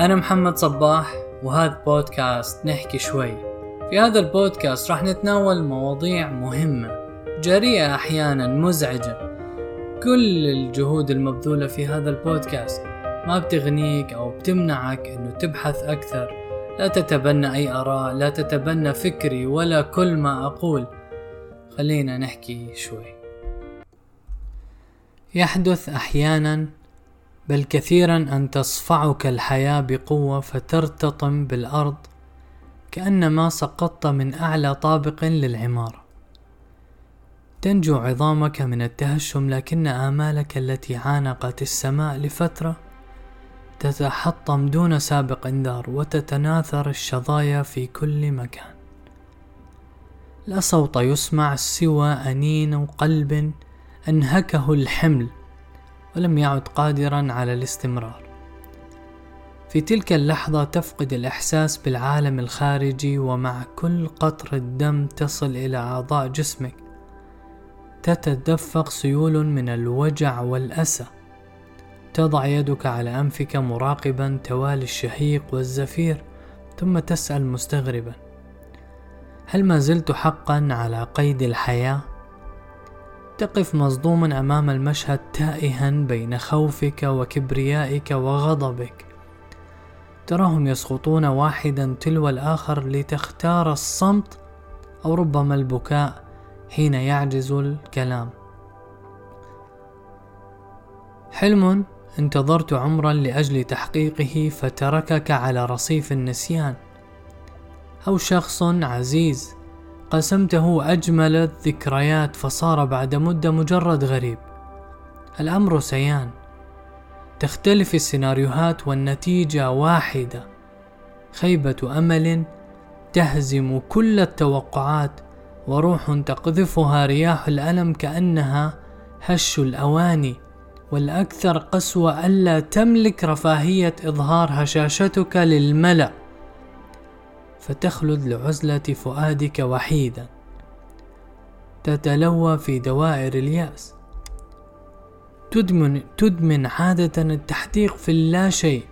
أنا محمد صباح وهذا بودكاست نحكي شوي. في هذا البودكاست راح نتناول مواضيع مهمة، جريئة أحيانا مزعجة. كل الجهود المبذولة في هذا البودكاست ما بتغنيك أو بتمنعك أنه تبحث أكثر. لا تتبنى أي آراء، لا تتبنى فكري ولا كل ما أقول. خلينا نحكي شوي. يحدث أحيانا بل كثيرا أن تصفعك الحياة بقوة فترتطم بالأرض كأنما سقطت من أعلى طابق للعمارة. تنجو عظامك من التهشم، لكن آمالك التي عانقت السماء لفترة تتحطم دون سابق انذار، وتتناثر الشظايا في كل مكان. لا صوت يسمع سوى أنين قلب أنهكه الحمل ولم يعد قادرا على الاستمرار. في تلك اللحظة تفقد الإحساس بالعالم الخارجي، ومع كل قطرة دم تصل إلى أعضاء جسمك تتدفق سيول من الوجع والأسى. تضع يدك على أنفك مراقبا توالي الشهيق والزفير، ثم تسأل مستغربا: هل ما زلت حقا على قيد الحياة؟ تقف مصدوما أمام المشهد تائها بين خوفك وكبريائك وغضبك. تراهم يسقطون واحدا تلو الآخر لتختار الصمت أو ربما البكاء حين يعجز الكلام. حلم انتظرت عمرا لأجل تحقيقه فتركك على رصيف النسيان، أو شخص عزيز قسمته أجمل الذكريات فصار بعد مدة مجرد غريب. الأمر سيان، تختلف السيناريوهات والنتيجة واحدة: خيبة أمل تهزم كل التوقعات، وروح تقذفها رياح الألم كأنها هش الأواني. والأكثر قسوة ألا تملك رفاهية إظهار هشاشتك للملأ، فتخلد لعزلة فؤادك وحيدا، تتلوى في دوائر اليأس، تدمن عادة التحديق في اللا شيء.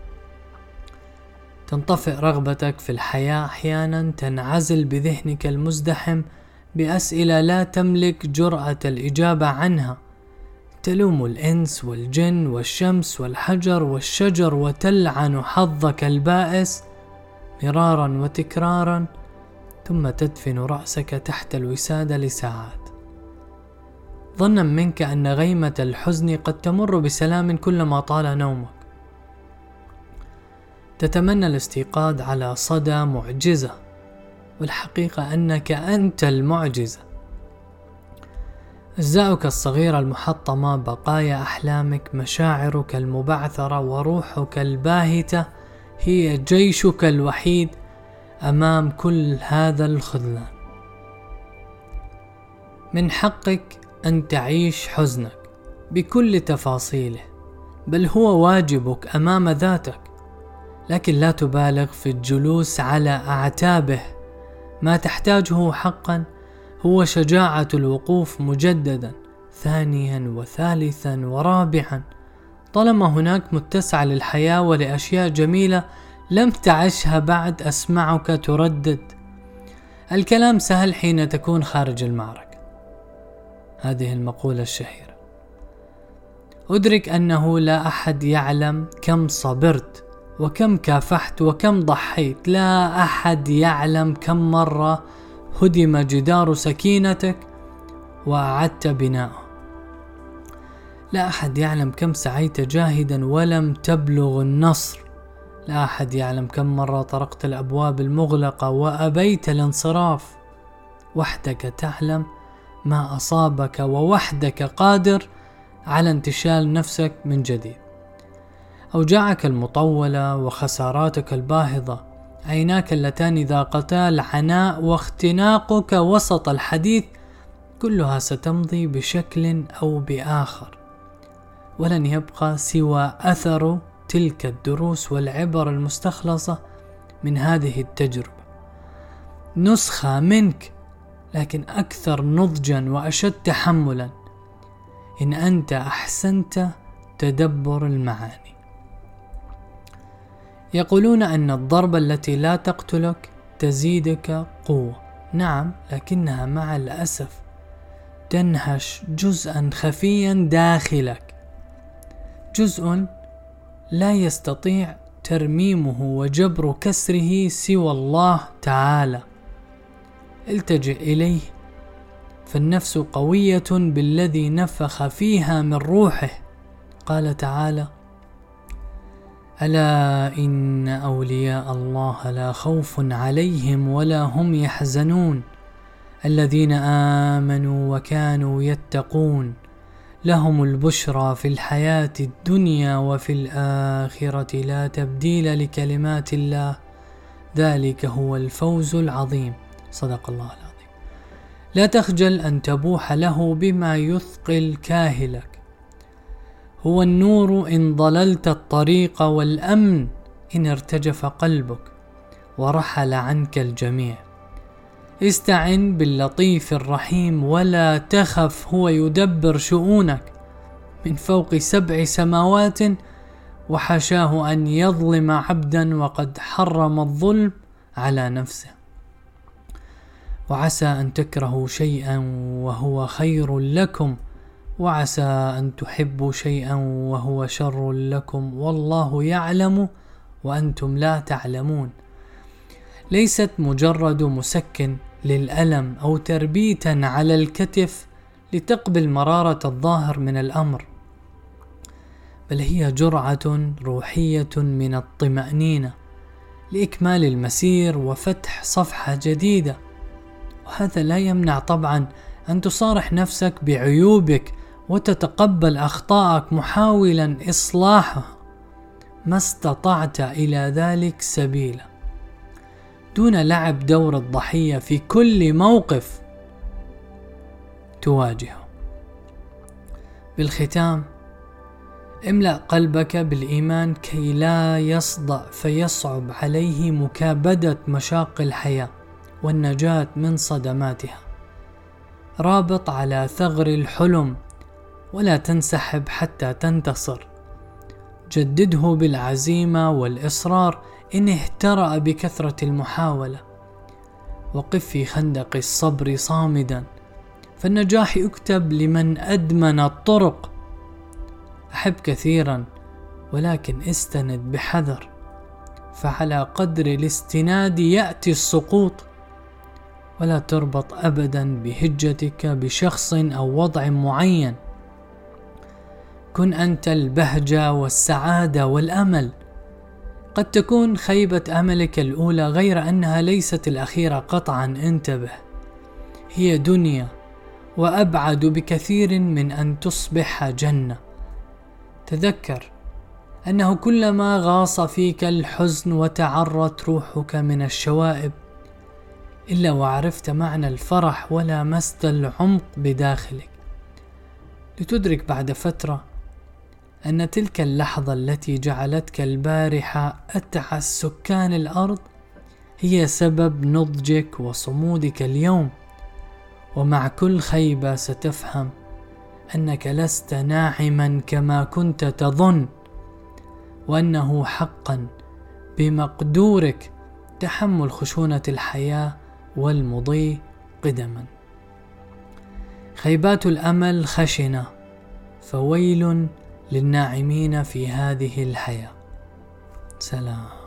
تنطفئ رغبتك في الحياة أحيانا، تنعزل بذهنك المزدحم بأسئلة لا تملك جرأة الإجابة عنها. تلوم الإنس والجن والشمس والحجر والشجر، وتلعن حظك البائس مرارا وتكرارا، ثم تدفن رأسك تحت الوسادة لساعات، ظنا منك أن غيمة الحزن قد تمر بسلام كلما طال نومك. تتمنى الاستيقاظ على صدى معجزة، والحقيقة أنك أنت المعجزة. أجزاؤك الصغيرة المحطمة، بقايا أحلامك، مشاعرك المبعثرة، وروحك الباهتة هي جيشك الوحيد أمام كل هذا الخذلان. من حقك أن تعيش حزنك بكل تفاصيله، بل هو واجبك أمام ذاتك، لكن لا تبالغ في الجلوس على أعتابه. ما تحتاجه حقا هو شجاعة الوقوف مجددا، ثانيا وثالثا ورابعا، طالما هناك متسع للحياة ولأشياء جميلة لم تعشها بعد. أسمعك تردد: الكلام سهل حين تكون خارج المعركة. هذه المقولة الشهيرة. أدرك أنه لا أحد يعلم كم صبرت وكم كافحت وكم ضحيت. لا أحد يعلم كم مرة هدم جدار سكينتك وأعدت بناءه. لا أحد يعلم كم سعيت جاهدا ولم تبلغ النصر. لا أحد يعلم كم مرة طرقت الأبواب المغلقة وأبيت الانصراف. وحدك تعلم ما أصابك، ووحدك قادر على انتشال نفسك من جديد. أوجاعك المطولة وخساراتك الباهظة، عيناك اللتان ذاقتا العناء، واختناقك وسط الحديث، كلها ستمضي بشكل أو بآخر، ولن يبقى سوى أثر تلك الدروس والعبر المستخلصة من هذه التجربة. نسخة منك، لكن أكثر نضجا وأشد تحملا إن أنت أحسنت تدبر المعاني. يقولون أن الضربة التي لا تقتلك تزيدك قوة. نعم، لكنها مع الأسف تنهش جزءا خفيا داخلك، جزء لا يستطيع ترميمه وجبر كسره سوى الله تعالى. التجئ إليه، فالنفس قوية بالذي نفخ فيها من روحه. قال تعالى: ألا إن أولياء الله لا خوف عليهم ولا هم يحزنون الذين آمنوا وكانوا يتقون لهم البشرى في الحياة الدنيا وفي الآخرة لا تبديل لكلمات الله ذلك هو الفوز العظيم. صدق الله العظيم. لا تخجل أن تبوح له بما يثقل كاهلك، هو النور إن ضللت الطريق والأمن إن ارتجف قلبك ورحل عنك الجميع. استعن باللطيف الرحيم ولا تخف، هو يدبر شؤونك من فوق 7 سماوات، وحشاه أن يظلم عبدا وقد حرم الظلم على نفسه. وعسى أن تكرهوا شيئا وهو خير لكم، وعسى أن تحبوا شيئا وهو شر لكم، والله يعلم وأنتم لا تعلمون. ليست مجرد مسكن للألم أو تربيتا على الكتف لتقبل مرارة الظاهر من الأمر، بل هي جرعة روحية من الطمأنينة لإكمال المسير وفتح صفحة جديدة. وهذا لا يمنع طبعا أن تصارح نفسك بعيوبك وتتقبل أخطائك محاولا إصلاحها ما استطعت إلى ذلك سبيلا، دون لعب دور الضحية في كل موقف تواجهه. بالختام، املأ قلبك بالإيمان كي لا يصدأ فيصعب عليه مكابدة مشاق الحياة والنجاة من صدماتها. رابط على ثغر الحلم ولا تنسحب حتى تنتصر، جدده بالعزيمة والإصرار إن اهترأ بكثرة المحاولة. وقف في خندق الصبر صامدا، فالنجاح يكتب لمن أدمن الطرق. أحب كثيرا ولكن استند بحذر، فعلى قدر الاستناد يأتي السقوط. ولا تربط أبدا بهجتك بشخص أو وضع معين، كن أنت البهجة والسعادة والأمل. قد تكون خيبة أملك الأولى، غير أنها ليست الأخيرة قطعا. انتبه، هي دنيا وأبعد بكثير من أن تصبح جنة. تذكر أنه كلما غاص فيك الحزن وتعرت روحك من الشوائب إلا وعرفت معنى الفرح ولامست العمق بداخلك، لتدرك بعد فترة أن تلك اللحظة التي جعلتك البارحة أتعس سكان الأرض هي سبب نضجك وصمودك اليوم. ومع كل خيبة ستفهم أنك لست ناعما كما كنت تظن، وأنه حقا بمقدورك تحمل خشونة الحياة والمضي قدما. خيبات الأمل خشنة، فويل للناعمين في هذه الحياة. سلام.